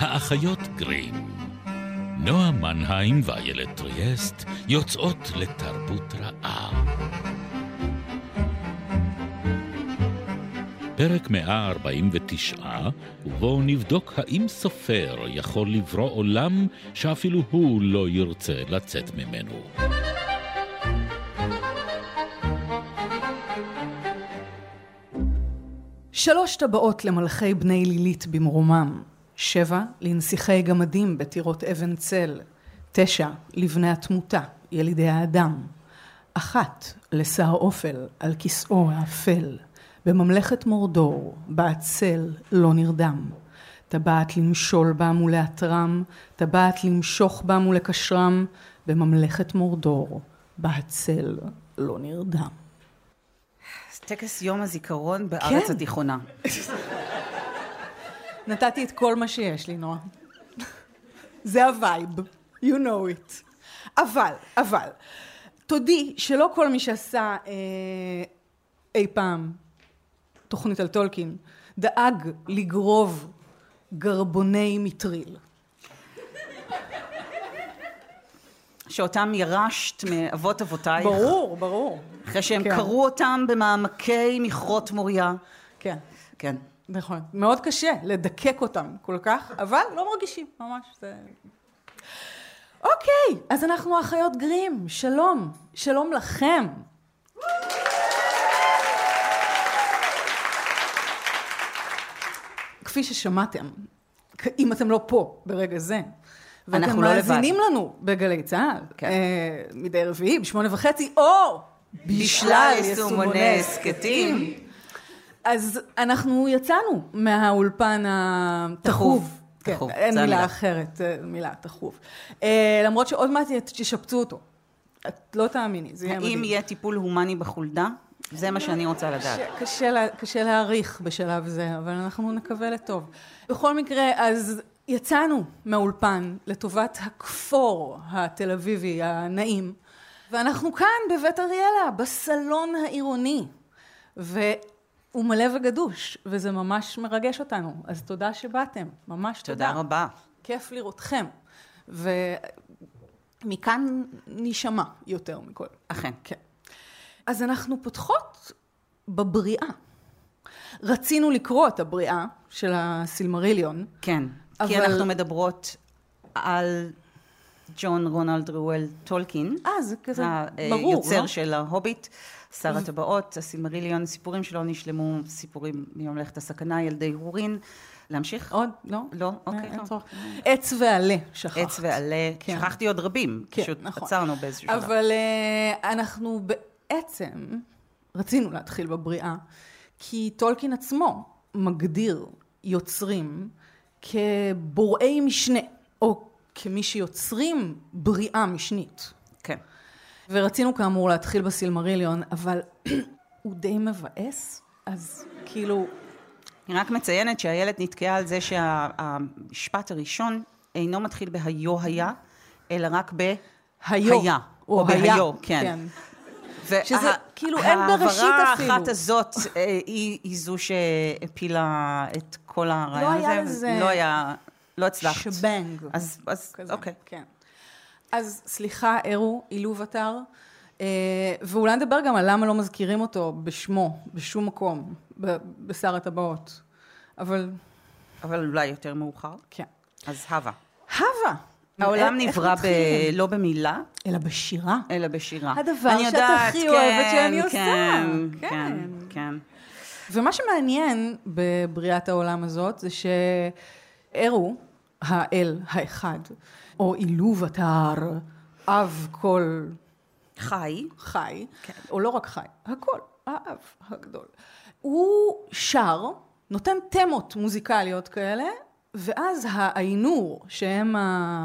האחיות גרים. נועה מנהיים ואיילת טריאסט יוצאות לתרבות רעה. פרק 149, ובו נבדוק האם סופר יכול לברוא עולם שאפילו הוא לא ירצה לצאת ממנו. שלוש טבעות למלכי בני לילית במרומם, 7 לנסיכי גמדים בטירות אבן צל, 9 לבני התמותה, ילידי האדם, 1 לשר אופל על כיסאו האפל, בממלכת מורדור, בה צל לא נרדם, טבעת למשול בם ולאתרם, טבעת למשוך בם ולקשרם, בממלכת מורדור, בה צל לא נרדם. טקס יום הזיכרון בארץ התיכונה. נתתי את כל מה שיש לי, נועה. זה הווייב. You know it. אבל, תודי שלא כל מי שעשה אי פעם תוכנית על טולקין, דאג לגרוב גרבוני מטריל. שאותם ירשת מאבות אבותייך. ברור. אחרי שהם קראו אותם במעמקי מכרות מוריה. כן. כן. נכון. מאוד קשה לדקק אותם כל כך, אבל לא מרגישים, ממש. אוקיי, אז אנחנו אחיות גרים. שלום. שלום לכם. כפי ששמעתם, אם אתם לא פה ברגע זה, ואתם מאזינים לנו בגלי צהל, מדי רביעי, ב8:30, או בשלל יישומוני הסקטים. אז אנחנו יצאנו מהאולפן התחוב. אין מילה אחרת, מילה תחוב. למרות שעוד מעט תשפצו אותו. את לא תאמיני, זה יהיה מדהים. האם יהיה טיפול הומני בחולדה? זה מה שאני רוצה לדעת. קשה להעריך בשלב זה, אבל אנחנו נקווה לטוב. בכל מקרה, אז יצאנו מהאולפן לטובת הכפור התל אביבי הנעים, ואנחנו כאן בבית אריאלה, בסלון העירוני, והוא מלא וגדוש, וזה ממש מרגש אותנו. אז תודה שבאתם, ממש תודה. תודה רבה. כיף לראותכם, ומכאן נשמע יותר מכל. אכן. כן. אז אנחנו פותחות בבריאה. רצינו לקרוא את הבריאה של הסילמריליון. כן, כי אנחנו מדברות על ג'ון רונלד ראואל טולקין. זה כזה ברור. היוצר של ההוביט, שר הטבעות, הסילמריליון, סיפורים שלו נשלמו, סיפורים מממלכת הסכנה, ילדי הורין. להמשיך? עוד? לא. לא? אוקיי, לא. עץ ועלה, שכחת. עץ ועלה, שכחתי עוד רבים, פשוט עצרנו באיזשהו שלב. אבל אנחנו בעצם רצינו להתחיל בבריאה, כי טולקין עצמו מגדיר יוצרים כבוראי משנה, או כמי שיוצרים בריאה משנית. כן. ורצינו כאמור להתחיל בסילמריליון, אבל הוא די מבאס, אז כאילו... אני רק מציינת שהילד נתקעה על זה שהמשפט הראשון אינו מתחיל בהיו היה, אלא רק בהיה. או בהיו, כן. שזה כאילו אין בראשית אפילו. ההעברה האחת הזאת היא זו שהפילה את כל הרעיון הזה. לא היה לזה... לא הצלחת. שבנג. אז אוקיי. כן. אז סליחה, אירו, אילוב אתר, ואולי נדבר גם על למה לא מזכירים אותו בשמו, בשום מקום, בשר הטבעות. אבל אולי יותר מאוחר? כן. אז הווה. העולם נברא לא במילה, אלא בשירה. הדבר שאתה הכי אוהבת שאני עושה. כן. ומה שמעניין בבריאת העולם הזאת, זה שאירו, האל האחד, או אילוב אתר, אב כל חי, או לא רק חי, הכל, האב הגדול. הוא שר, נותן תמות מוזיקליות כאלה, ואז האיינור, שהם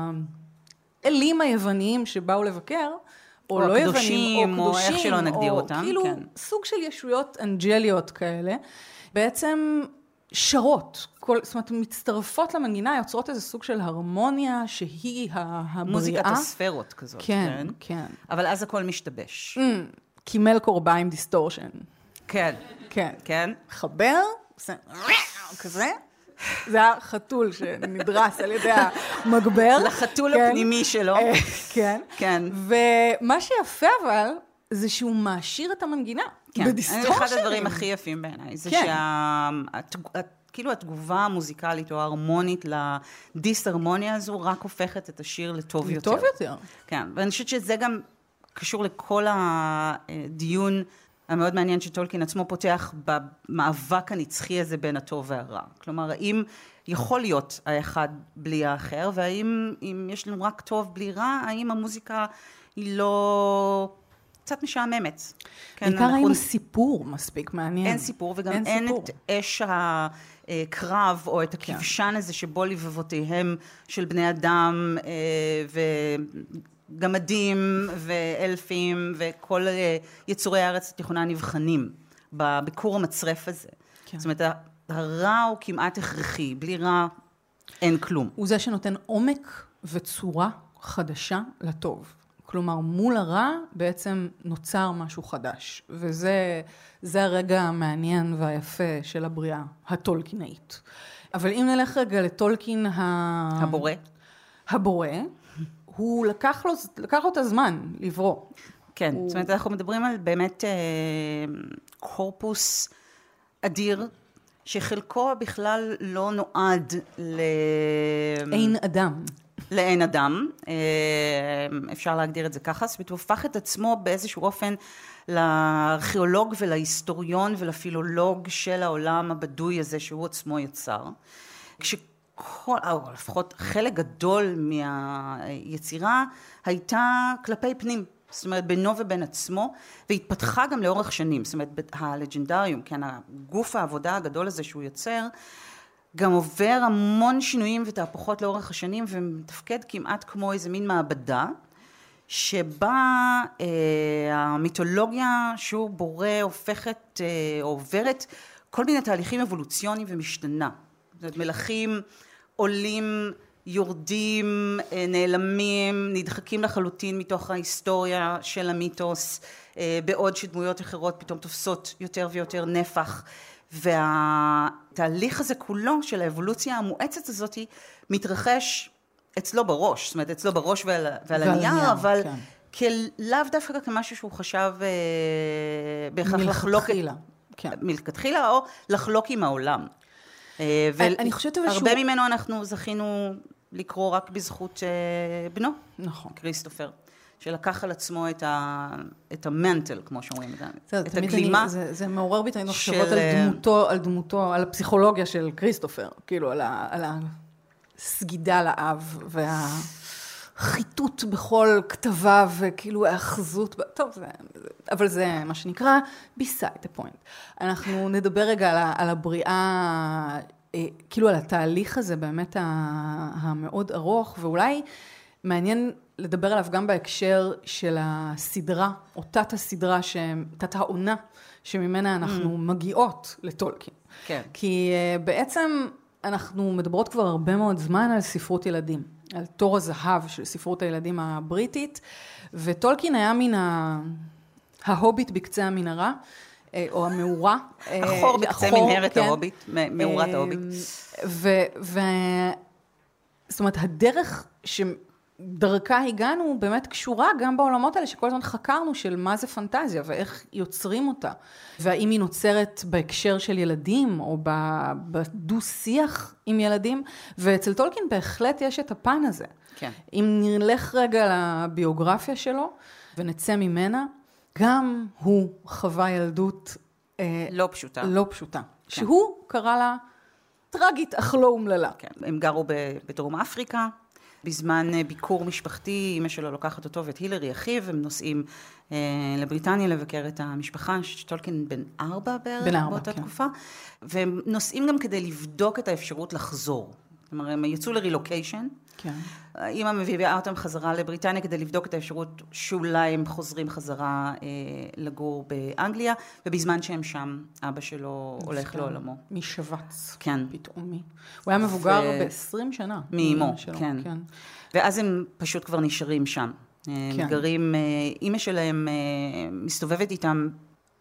האלים היווניים שבאו לבקר, או לא יוונים, או איך שלא נגדיר אותם. כאילו סוג של ישויות אנג'ליות כאלה, בעצם שרות, זאת אומרת, מצטרפות למנגינה, יוצרות איזה סוג של הרמוניה, שהיא הבריאה. מוזיקת הספרות כזאת. כן. אבל אז הכל משתבש. כי מלקור בא עם דיסטורשן. כן. חבר, עושה כזה, זה היה חתול שנדרס על ידי המגבר. לחתול הפנימי שלו. כן. כן. ומה שיפה אבל, זה שהוא מעשיר את המנגינה. בדיסטורשנים. אחד הדברים הכי יפים בעיניי, זה כאילו התגובה המוזיקלית או ההרמונית לדיסהרמוניה הזו, רק הופכת את השיר לטוב יותר. לטוב יותר. כן, ואני חושבת שזה גם קשור לכל הדיון המאוד מעניין שטולקין עצמו פותח במאבק הנצחי הזה בין הטוב והרע. כלומר, האם יכול להיות האחד בלי האחר, והאם אם יש לנו רק טוב בלי רע, האם המוזיקה היא לא קצת משעממת. בעיקר האם הסיפור מספיק מעניין. אין סיפור, וגם אין את אש הקרב, או את הכבשן הזה שבו לבבותיהם של בני אדם, גמדים ואלפים וכל יצורי הארץ התיכונה נבחנים בביקור המצרף הזה. זאת אומרת, הרע הוא כמעט הכרחי, בלי רע אין כלום. הוא זה שנותן עומק וצורה חדשה לטוב. כלומר, מול הרע בעצם נוצר משהו חדש. וזה הרגע המעניין והיפה של הבריאה הטולקינאית. אבל אם נלך רגע לטולקין הבורא, הוא לקח לו את הזמן לברוא. כן, זאת אומרת, אנחנו מדברים על באמת קורפוס אדיר, שחלקו בכלל לא נועד אין אדם. לאין אדם, אפשר להגדיר את זה ככה, זאת אומרת, הוא הפך את עצמו באיזשהו אופן לארכיאולוג ולהיסטוריון ולפילולוג של העולם הבדוי הזה שהוא עצמו יצר. או לפחות חלק גדול מהיצירה הייתה כלפי פנים, זאת אומרת בינו ובין עצמו, והתפתחה גם לאורך שנים, זאת אומרת הלג'נדריום, כן, הגוף העבודה הגדול הזה שהוא יוצר, גם עובר המון שינויים ותהפוכות לאורך השנים, ומתפקד כמעט כמו איזה מין מעבדה, שבה המיתולוגיה שהוא בורא הופכת, עוברת כל מיני תהליכים אבולוציוניים ומשתנה. זאת אומרת, מלכים עולים, יורדים, נעלמים, נדחקים לחלוטין מתוך ההיסטוריה של המיתוס, בעוד שדמויות אחרות פתאום תופסות יותר ויותר נפח, והתהליך הזה כולו של האבולוציה המואצת הזאת מתרחש אצלו בראש, זאת אומרת אצלו בראש ועל הנייר, אבל לאו דווקא כמשהו שהוא חשב בהכרח לחלוק מלכתחילה, או לחלוק עם העולם. אני חושבת הרבה ממנו אנחנו זכינו לקרוא רק בזכות בנו, כריסטופר, שלקח על עצמו את המנטל, כמו שאומרים, את הגלימה. זה מעורר בי תמיד מחשבות על דמותו, על הפסיכולוגיה של כריסטופר, כאילו על הסגידה לאב, והחיתות בכל כתביו, וכאילו האחזות, טוב, אבל זה מה שנקרא beside the point. אנחנו נדבר רגע על הבריאה, כאילו על התהליך הזה באמת המאוד ארוך, ואולי מעניין לדבר עליו גם בהקשר של הסדרה, או תת הסדרה, תת העונה, שממנה אנחנו מגיעות לטולקין. כן. כי בעצם אנחנו מדברות כבר הרבה מאוד זמן על ספרות ילדים, על תור הזהב של ספרות הילדים הבריטית, וטולקין היה מן ההוביט בקצה המנהרה, או המאורה. החור בקצה מנהרת ההוביט, מאורת ההוביט. זאת אומרת, הדרך שדרכה הגענו באמת קשורה גם בעולמות האלה שכל הזמן חקרנו של מה זה פנטזיה ואיך יוצרים אותה. והאם היא נוצרת בהקשר של ילדים או בדו שיח עם ילדים. ואצל טולקין בהחלט יש את הפן הזה. כן. אם נלך רגע לביוגרפיה שלו ונצא ממנה, גם הוא חווה ילדות לא פשוטה. לא פשוטה. כן. שהוא קרא לה טרגית אך לא אומללה. כן. הם גרו בדרום אפריקה, בזמן ביקור משפחתי, אמא שלו לוקחת אותו ואת הילרי אחיו, הם נוסעים לבריטניה לבקר את המשפחה, טולקין בן 4 בערך באותה תקופה, והם נוסעים גם כדי לבדוק את האפשרות לחזור. זאת אומרת, הם יצאו לרילוקיישן, כן. אמא מביאה אותם חזרה לבריטניה כדי לבדוק את האפשרות שאולי הם חוזרים חזרה לגור באנגליה, ובזמן שהם שם, אבא שלו הולך לעולמו. משבץ. כן. פתאומי. הוא היה מבוגר ב-20 שנה. מאמו, כן. ואז הם פשוט כבר נשארים שם. גרים, אמא שלהם מסתובבת איתם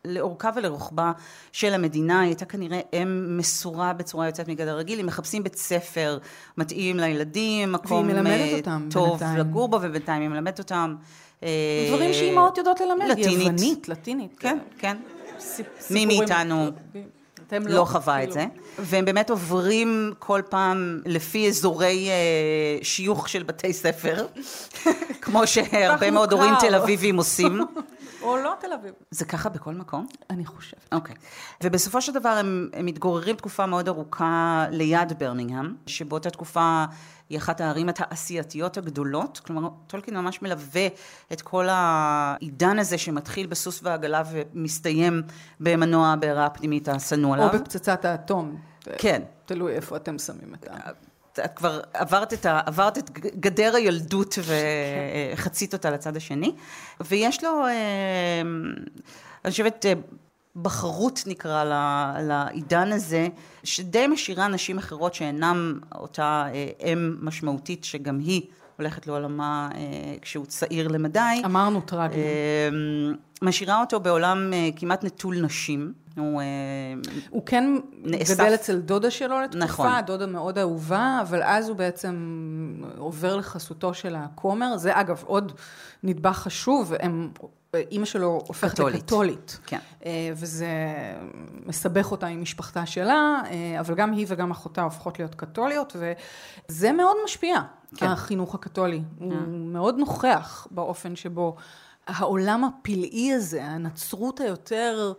לאורכה ולרוחבה של המדינה. היא הייתה כנראה אם מסורה בצורה יוצאת מגדר רגיל. הם מחפשים בית ספר מתאים לילדים, מקום טוב לגור בו, ובינתיים היא מלמדת אותם. דברים שאימהות יודעות ללמד, יוונית, לטינית. כן, כן. מי מאיתנו לא חווה את זה. והם באמת עוברים כל פעם לפי אזורי שיוך של בתי ספר, כמו שהרבה מאוד הורים תל אביבים עושים. או לא תל אביב. זה ככה בכל מקום? אני חושבת. אוקיי. ובסופו של דבר הם מתגוררים תקופה מאוד ארוכה ליד ברמינגהאם, שבאותה תקופה היא אחת הערים התעשייתיות הגדולות, כלומר טולקין ממש מלווה את כל העידן הזה שמתחיל בסוס ועגלה ומסתיים במנוע הבעירה הפנימית השנוא עליו. או בפצצת האטום. כן. תלוי איפה אתם שמים את את כבר עברת את גדר הילדות וחצית אותה לצד השני, ויש לו, אני חושבת, בחרות נקרא לעידן הזה, שדי משאירה נשים אחרות שאינם אותה אם משמעותית, שגם היא הולכת לעולמה כשהוא צעיר למדי. אמרנו טרגי. משאירה אותו בעולם כמעט נטול נשים. הוא כן גדל אצל דודה שלו לתקופה, נכון. דודה מאוד אהובה, אבל אז הוא בעצם עובר לחסותו של הכומר. זה אגב עוד נדבך חשוב, אמא שלו הופכת לקתולית. כן. וזה מסבך אותה עם משפחתה שלה, אבל גם היא וגם אחותה הופכות להיות קתוליות, וזה מאוד משפיע, כן. החינוך הקתולי. הוא מאוד נוכח באופן שבו העולם הפלאי הזה, הנצרות היותר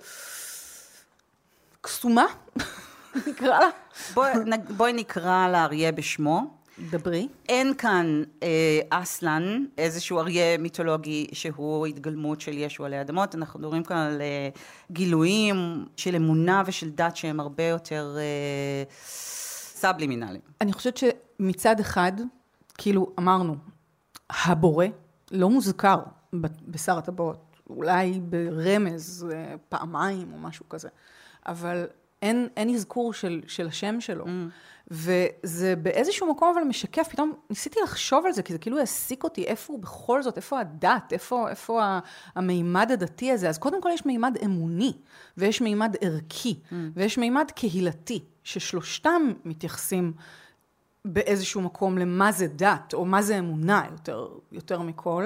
קסומה, נקרא לה. בואי נקרא לאריה בשמו. דברי. אין כאן אסלן, איזשהו אריה מיתולוגי שהוא התגלמות של ישו עלי אדמות. אנחנו מדברים כאן על גילויים של אמונה ושל דת שהם הרבה יותר סבלימינליים. אני חושבת שמצד אחד, כאילו אמרנו, הבורא לא מוזכר בשר הטבעות, אולי ברמז פעמיים או משהו כזה, אבל אין אזכור של השם שלו. וזה באיזשהו מקום אבל משקף, פתאום ניסיתי לחשוב על זה, כי זה כאילו העסיק אותי, איפה הוא בכל זאת, איפה הדת, איפה המימד הדתי הזה. אז קודם כל יש מימד אמוני, ויש מימד ערכי, ויש מימד קהילתי, ששלושתם מתייחסים באיזשהו מקום למה זה דת, או מה זה אמונה יותר מכל.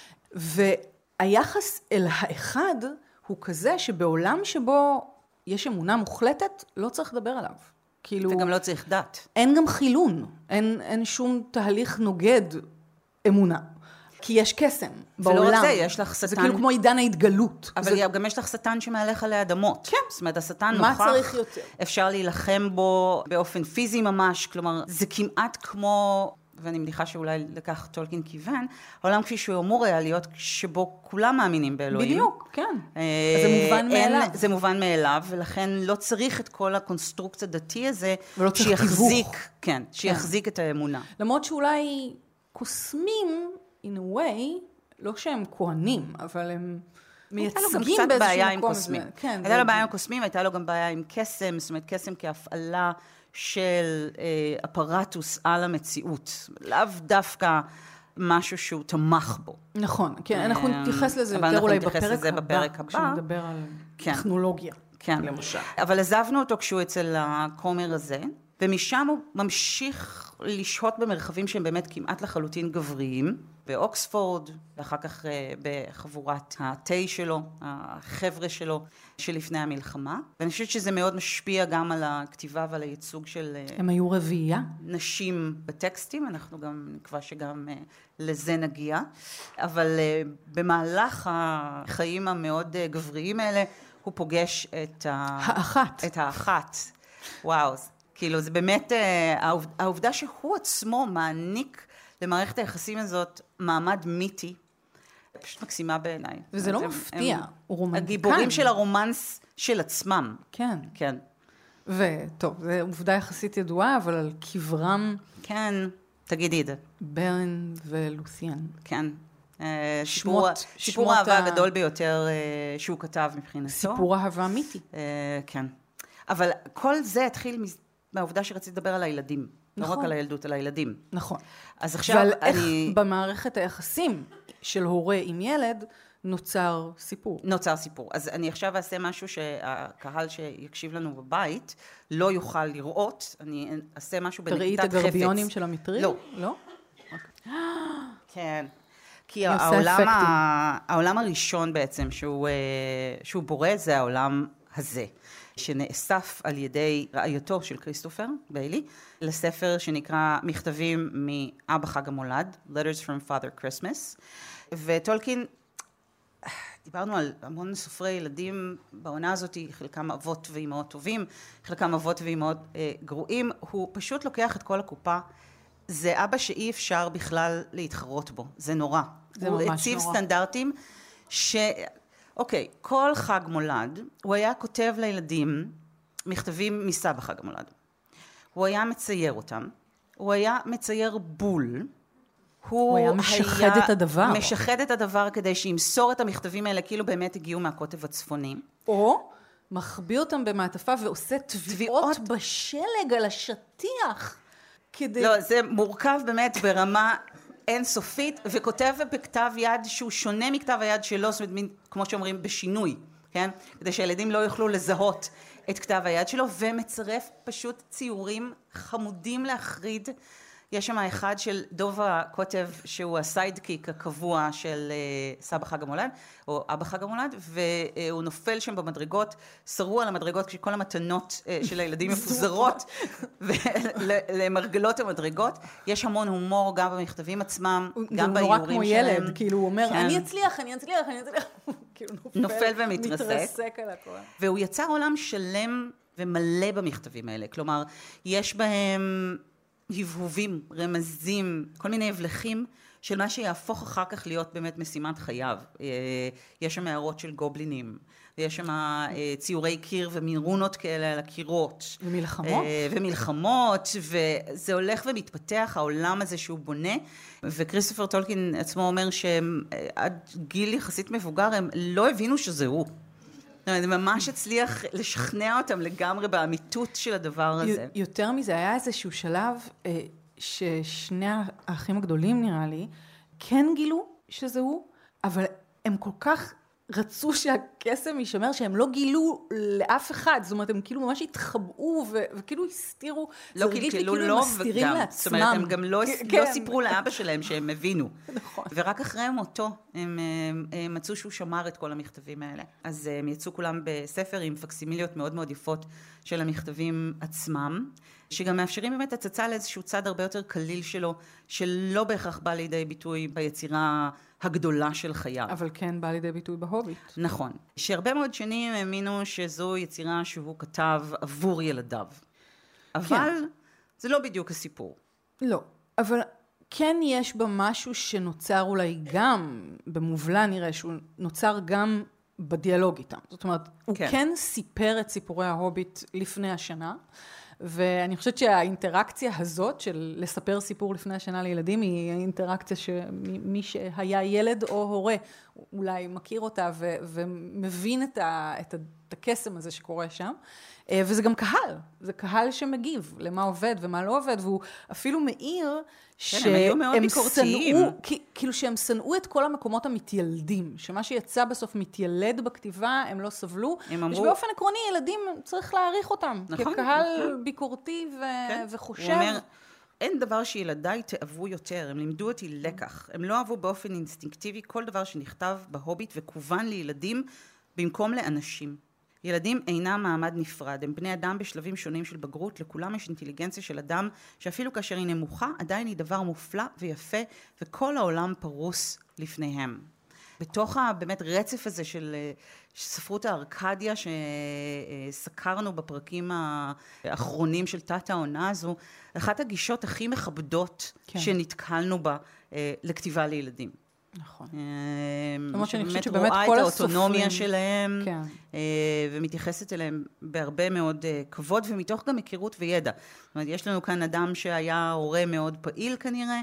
והיחס אל האחד הוא כזה שבעולם שבו יש אמונה מוחלטת, לא צריך לדבר עליו. כאילו, וגם לא צריך דת. אין גם חילון, אין שום תהליך נוגד אמונה. כי יש קסם בעולם. ולא רק זה, יש לך שטן. זה כאילו כמו עידן ההתגלות. אבל גם יש לך שטן שמהלך עלי אדמות. כן. זאת אומרת, השטן מה נוכח. צריך יותר? אפשר להילחם בו באופן פיזי ממש. כלומר, זה כמעט כמו, ואני מניחה שאולי לקח טולקין כיוון, העולם כפי שהוא אמור היה להיות, שבו כולם מאמינים באלוהים. בדיוק, כן. אז זה מובן מאליו. זה מובן מאליו, ולכן לא צריך את כל הקונסטרוקט הדתי הזה, שיחזיק את האמונה. למרות שאולי קוסמים, in a way, לא שהם כהנים, אבל הם מייצגים באיזשהו מקום. הייתה לו בעיה עם קוסמים, הייתה לו גם בעיה עם קסם, זאת אומרת, קסם כהפעלה של אפרטוס על המציאות, לאו דווקא משהו שהוא תמך בו. נכון, כן, אנחנו נתייחס לזה יותר אולי בפרק הבא, כשנדבר על טכנולוגיה, למשל. אבל עזבנו אותו כשהוא אצל הכומר הזה, ומשם הוא ממשיך לשהות במרחבים שהם באמת כמעט לחלוטין גבריים, באוקספורד, ואחר כך בחבורת התה שלו, החבר'ה שלו, שלפני המלחמה. ואני חושבת שזה מאוד משפיע גם על הכתיבה ועל הייצוג של הם היו רביעייה? נשים בטקסטים, אנחנו גם נקבע שגם לזה נגיע. אבל במהלך החיים המאוד גבריים האלה, הוא פוגש את האחת. וואו, כאילו זה באמת, העובדה שהוא עצמו מעניק למערכת היחסים הזאת מעמד מיתי, פשוט מקסימה בעיניי. וזה לא מפתיע, הוא רומנטיקן. הגיבורים של הרומנס של עצמם. כן. כן. וטוב, זו עובדה יחסית ידועה, אבל על קברם... כן, תגידי את זה. ברן ולוסיאן. כן. סיפור האהבה הגדול ביותר שהוא כתב מבחינתו. סיפור אהבה מיתי. כן. אבל כל זה התחיל מהעובדה שרציתי לדבר על הילדים. נכון. לא רק על הילדות, על הילדים. נכון. אז עכשיו ועל איך במערכת היחסים של הורה עם ילד, נוצר סיפור. נוצר סיפור. אז אני עכשיו אעשה משהו שהקהל שיקשיב לנו בבית לא יוכל לראות. אני אעשה משהו בנקיטת חפץ. תראי את הגרביונים של המטריל? לא. לא? כן. כי העולם הראשון בעצם שהוא בורא זה העולם הזה, שנאסף על ידי רעייתו של כריסטופר ביילי, לספר שנקרא מכתבים מאבא חג המולד, Letters from Father Christmas, וטולקין, דיברנו על המון סופרי ילדים בעונה הזאת, חלקם אבות ואימהות טובים, חלקם אבות ואימהות גרועים, הוא פשוט לוקח את כל הקופה, זה אבא שאי אפשר בכלל להתחרות בו, זה נורא. זה ממש נורא. הוא הציב סטנדרטים אוקיי, כל חג מולד, הוא היה כותב לילדים מכתבים מסבא חג המולד. הוא היה מצייר אותם, הוא היה מצייר בול, הוא היה משחד את הדבר. משחד את הדבר כדי שימסור את המכתבים האלה, כאילו באמת הגיעו מהקוטב הצפוני. או מחביא אותם במעטפה ועושה טביעות בשלג על השטיח. לא, זה מורכב באמת ברמה אינסופית, וכותב בכתב יד שהוא שונה מכתב היד שלו, זאת אומרת, כמו שאומרים, בשינוי, כן? כדי שהילדים לא יוכלו לזהות את כתב היד שלו, ומצרף פשוט ציורים חמודים להחריד. יש שם אחד של דוב הקוטב, שהוא הסיידקיק הקבוע של סבא חג המולד, או אבא חג המולד, והוא נופל שם במדרגות, שרו על המדרגות כשכל המתנות של הילדים מפוזרות, למרגלות המדרגות. יש המון הומור גם במכתבים עצמם, גם באיורים שלהם. הוא נורא כמו ילד, כאילו הוא אומר, אני אצליח, אני אצליח, אני אצליח. נופל ומתרסק. מתרסק על הכל. והוא יצר עולם שלם ומלא במכתבים האלה. כלומר, יש בהם הבהובים, רמזים, כל מיני הבלחים של מה שיהפוך אחר כך להיות באמת משימת חייו. יש שם הערות של גובלינים, ויש שם ציורי קיר ומירונות כאלה על הקירות. ומלחמות. ומלחמות, וזה הולך ומתפתח, העולם הזה שהוא בונה, וכריסטופר טולקין עצמו אומר שעד גיל יחסית מבוגר הם לא הבינו שזה הוא. זה ממש הצליח לשכנע אותם לגמרי באמיתות של הדבר הזה. יותר מזה, היה איזשהו שלב ששני האחים הגדולים נראה לי, כן גילו שזה הוא, אבל הם כל כך רצו שהקסם יישמר, שהם לא גילו לאף אחד, זאת אומרת, הם כאילו ממש התחבאו וכאילו הסתירו, לא קלקלו לו וגם, זאת אומרת, הם גם לא סיפרו לאבא שלהם שהם הבינו. נכון. ורק אחרי מותו, הם מצאו שהוא שמר את כל המכתבים האלה. אז הם יצאו כולם בספר עם פקסימיליות מאוד מאוד יפות של המכתבים עצמם, שגם מאפשרים באמת הצצה לאיזשהו צד הרבה יותר קליל שלו, שלא בהכרח בא לידי ביטוי ביצירה הגדולה של חייו. אבל כן בא לידי ביטוי בהוביט. נכון. שהרבה מאוד שנים האמינו שזו יצירה שהוא כתב עבור ילדיו. אבל זה לא בדיוק הסיפור. לא, אבל כן יש בה משהו שנוצר אולי גם, במובלע נראה שהוא נוצר גם בדיאלוג איתם. זאת אומרת, הוא כן סיפר את סיפורי ההוביט לפני השנה, ואני חושבת שהאינטראקציה הזאת של לספר סיפור לפני השנה לילדים היא אינטראקציה שמי שהיה ילד או הורה אולי מכיר אותה ומבין את הקסם הזה שקורה שם. וזה גם קהל, זה קהל שמגיב למה עובד ומה לא עובד, והוא אפילו מעיר שהם שנאו, כאילו שהם שנאו את כל המקומות המתיילדים, שמה שיצא בסוף מתיילד בכתיבה, הם לא סבלו, יש באופן עקרוני ילדים צריך להעריך אותם, כקהל ביקורתי וחושב. הוא אומר, אין דבר שילדיי תאהבו יותר, הם לימדו אותי לקח, הם לא אהבו באופן אינסטינקטיבי כל דבר שנכתב בהוביט וכוון לילדים במקום לאנשים. ילדים אינם מעמד נפרד, הם בני אדם בשלבים שונים של בגרות, לכולם יש אינטליגנציה של אדם, שאפילו כאשר היא נמוכה, עדיין היא דבר מופלא ויפה, וכל העולם פרוס לפניהם. בתוך באמת רצף הזה של ספרות הארקדיה, שסקרנו בפרקים האחרונים של תת העונה הזו, אחת הגישות הכי מכבדות שנתקלנו בה לכתיבה לילדים. נכון. שבאמת רואה את האוטונומיה שלהם, ומתייחסת אליהם בהרבה מאוד כבוד, ומתוך גם היכרות וידע. זאת אומרת, יש לנו כאן אדם שהיה הורה מאוד פעיל כנראה,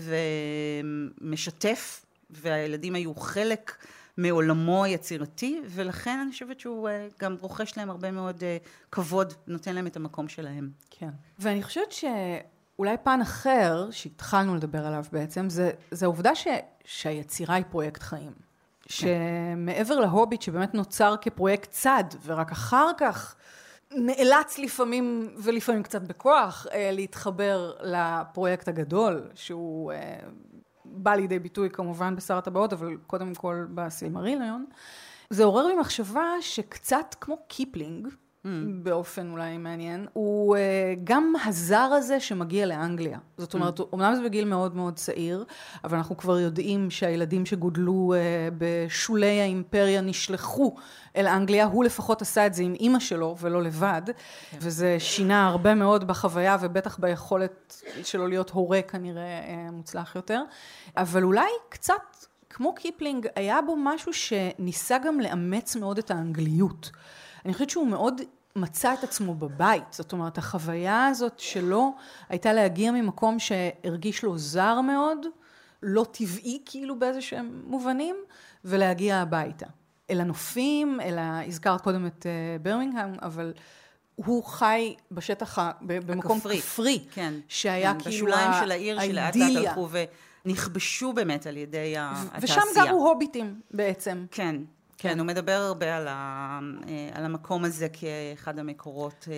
ומשתף, והילדים היו חלק מעולמו היצירתי, ולכן אני חושבת שהוא גם רוכש להם הרבה מאוד כבוד, נותן להם את המקום שלהם. כן. ואני חושבת אולי פן אחר שהתחלנו לדבר עליו בעצם, זה העובדה שהיצירה היא פרויקט חיים. שמעבר להוביט שבאמת נוצר כפרויקט צד, ורק אחר כך נאלץ לפעמים, ולפעמים קצת בכוח, להתחבר לפרויקט הגדול, שהוא בא לידי ביטוי כמובן בשר הטבעות, אבל קודם כל בסילמריליון. זה עורר לי מחשבה שקצת כמו קיפלינג, באופן אולי מעניין, הוא גם הזר הזה שמגיע לאנגליה. זאת אומרת, אומנם זה בגיל מאוד מאוד צעיר, אבל אנחנו כבר יודעים שהילדים שגודלו בשולי האימפריה נשלחו אל אנגליה, הוא לפחות עשה את זה עם אמא שלו ולא לבד, וזה שינה הרבה מאוד בחוויה ובטח ביכולת שלו להיות הורה כנראה מוצלח יותר, אבל אולי קצת כמו קיפלינג היה בו משהו שניסה גם לאמץ מאוד את האנגליות. אני חושבת שהוא מאוד מצא את עצמו בבית, זאת אומרת, החוויה הזאת שלו הייתה להגיע ממקום שהרגיש לו זר מאוד, לא טבעי כאילו באיזשהם מובנים, ולהגיע הביתה. אל הנופים, הזכרת קודם את ברמינגהאם, אבל הוא חי בשטח, במקום כפרי, כן, שהיה כן, כאילו בשוליים של העיר שלאט לאט הלכו ונכבשו באמת על ידי התעשייה. ושם גרו הוביטים בעצם. כן. כן, הוא מדבר הרבה על המקום הזה כאחד המקורות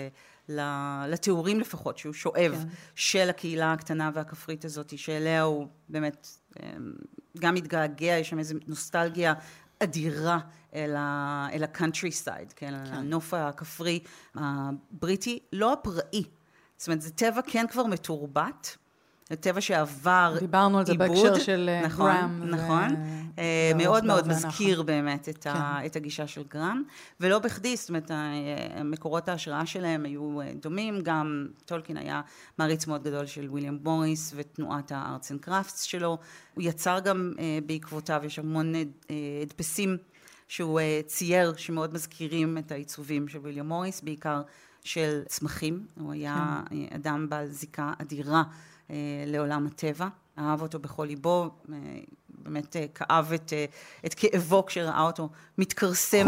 לתיאורים לפחות, שהוא שואב של הקהילה הקטנה והכפרית הזאת, שאליה הוא באמת גם מתגעגע, יש שם איזו נוסטלגיה אדירה אל הקאנטרי סייד, כן, הנוף הכפרי הבריטי, לא הפראי. זאת אומרת, זה טבע כן כבר מתורבת, זה טבע שעבר דיברנו על זה בהקשר של גרם. נכון. מאוד מאוד מזכיר באמת את הגישה של גרם, ולא בכדי, זאת אומרת, מקורות ההשראה שלהם היו דומים, גם טולקין היה מעריץ מאוד גדול של וויליאם מוריס ותנועת הארטס אנד קראפטס שלו, הוא יצר גם בעקבותיו, יש המון הדפסים שהוא צייר שמאוד מזכירים את העיצובים של וויליאם מוריס, בעיקר של צמחים, הוא היה אדם בעל זיקה אדירה לעולם הטבע, אהב אותו בכל ליבו, באמת כאב את כאבו כשראה אותו מתקרסם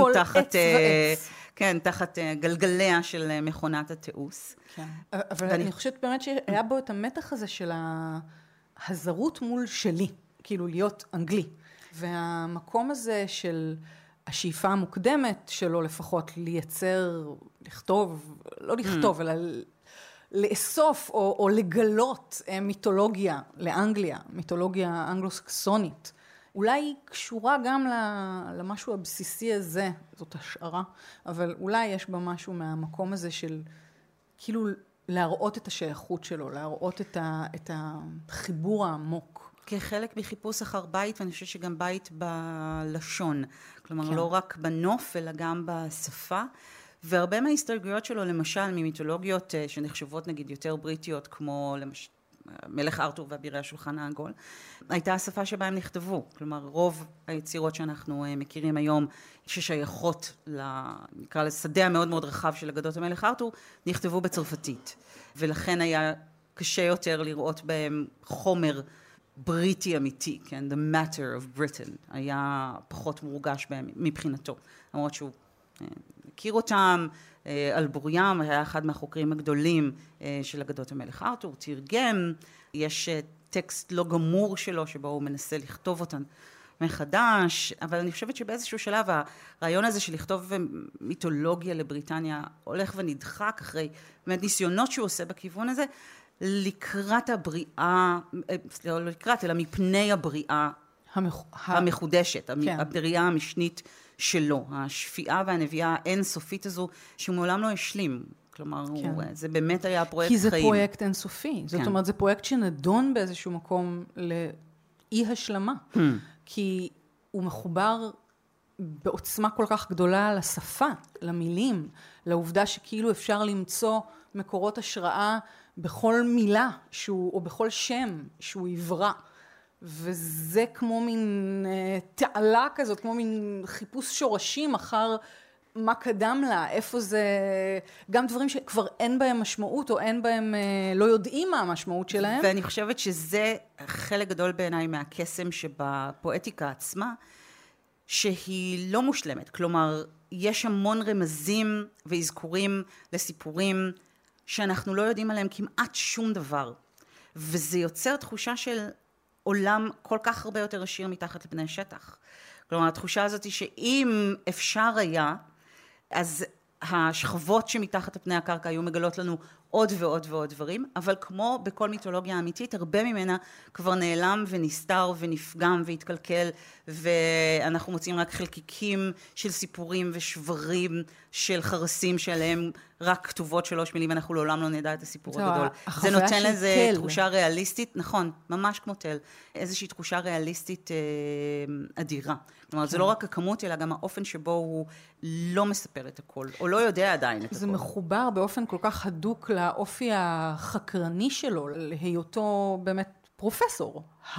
תחת גלגליה של מכונת התיעוש. כן. אבל אני חושבת באמת שהיה בו את המתח הזה של הזרות מול שלי, כאילו להיות אנגלי. והמקום הזה של השאיפה המוקדמת שלו לפחות לייצר, לכתוב, לא לכתוב, אלא לאסוף או לגלות מיתולוגיה לאנגליה, מיתולוגיה אנגלו-סקסונית. אולי היא קשורה גם למשהו הבסיסי הזה, זאת השערה, אבל אולי יש בה משהו מהמקום הזה של כאילו להראות את השייכות שלו, להראות את החיבור העמוק. כחלק מחיפוש אחר בית, ואני חושבת שגם בית בלשון. כלומר, לא רק בנוף, אלא גם בשפה. והרבה מההסתייגויות שלו, למשל, ממיתולוגיות שנחשבות נגיד יותר בריטיות, כמו למשל, מלך ארתור ואבירי השולחן העגול, הייתה השפה שבה הם נכתבו. כלומר, רוב היצירות שאנחנו מכירים היום, ששייכות נקרא לשדה המאוד מאוד רחב של אגדות המלך ארתור, נכתבו בצרפתית. ולכן היה קשה יותר לראות בהם חומר בריטי אמיתי, כן? The matter of Britain היה פחות מורגש בהם מבחינתו. למרות שהוא הכיר אותם, אלבוריאם היה אחד מהחוקרים הגדולים של אגדות המלך ארתור, הוא תרגם, יש טקסט לא גמור שלו שבו הוא מנסה לכתוב אותן מחדש, אבל אני חושבת שבאיזשהו שלב הרעיון הזה של לכתוב מיתולוגיה לבריטניה הולך ונדחק אחרי ניסיונות שהוא עושה בכיוון הזה, לקראת הבריאה, לא לקראת, אלא מפני הבריאה המחודשת, הבריאה המשנית שלו, השפיעה והנביאה האינסופית הזו, שהוא מעולם לא השלים. כלומר, זה באמת היה פרויקט חיים. כי זה פרויקט אינסופי. זאת אומרת, זה פרויקט שנדון באיזשהו מקום לאי השלמה. כי הוא מחובר בעוצמה כל כך גדולה לשפה, למילים, לעובדה שכאילו אפשר למצוא מקורות השראה בכל מילה או בכל שם שהוא יברא. וזה כמו מין תעלה כזאת, כמו מין חיפוש שורשים אחר מה קדם לה, איפה זה, גם דברים שכבר אין בהם משמעות, או אין בהם, לא יודעים מה המשמעות שלהם. ואני חושבת שזה חלק גדול בעיניי מהקסם שבפואטיקה עצמה, שהיא לא מושלמת. כלומר, יש המון רמזים ואזכורים לסיפורים שאנחנו לא יודעים עליהם כמעט שום דבר. וזה יוצר תחושה של עולם כל כך הרבה יותר עשיר מתחת לפני שטח. כלומר, התחושה הזאת היא שאם אפשר היה, אז השכבות שמתחת לפני הקרקע היו מגלות לנו עוד ועוד ועוד דברים, אבל כמו בכל מיתולוגיה אמיתית, הרבה ממנה כבר נעלם ונסתר ונפגם והתקלקל, ואנחנו מוצאים רק חלקיקים של סיפורים ושברים של חרסים שעליהם רק כתובות 3 מילים, אנחנו לעולם לא נדע את הסיפור הגדול. זה נותן איזה תחושה ריאליסטית, נכון, ממש כמו תל, איזושהי תחושה ריאליסטית אדירה. כלומר, זה לא רק הכמות, אלא גם האופן שבו הוא לא מספר את הכל, או לא יודע עדיין את הכל. זה מחובר באופן כל כך הדוק לאופי החקרני שלו, להיותו באמת הפרופסור.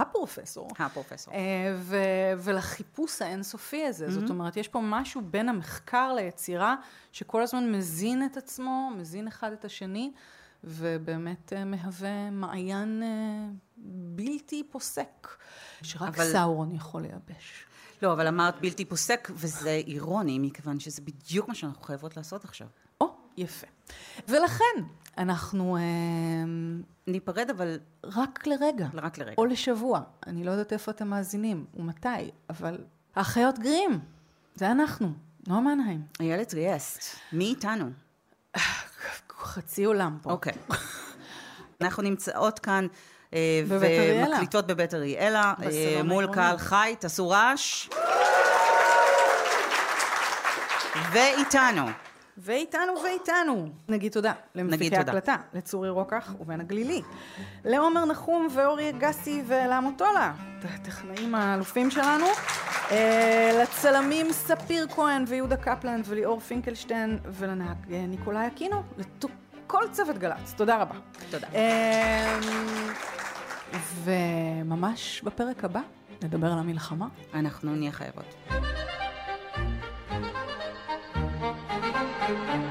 ולחיפוש האינסופי הזה. זאת אומרת, יש פה משהו בין המחקר ליצירה, שכל הזמן מזין את עצמו, מזין אחד את השני, ובאמת מהווה מעיין בלתי פוסק, שרק סאורון יכול לייבש. לא, אבל אמרת בלתי פוסק, וזה אירוני, מכיוון שזה בדיוק מה שאנחנו חייבות לעשות עכשיו. יפה. ולכן אנחנו ניפרד, אבל רק לרגע. או לשבוע. אני לא יודעת איפה אתם מאזינים ומתי, אבל האחיות גרים, זה אנחנו. נועה מנהיים. איילת ריאסט. מי איתנו? חצי עולם פה. אוקיי. אנחנו נמצאות כאן ומקליטות בבית אריאלה, מול קהל חי, תעשו רעש. ואיתנו. נגיד תודה למפיקי ההקלטה, לצורי רוקח ובן הגלילי, לעומר נחום ואורי אגסי ולעמוטולה, הטכנאים האלופים שלנו, לצלמים ספיר כהן ויהודה קפלן וליאור פינקלשטיין ולנהג ניקולאי אקינו, לכל צוות גלץ. תודה רבה. תודה. וממש בפרק הבא נדבר על המלחמה. אנחנו נהיה חייבות.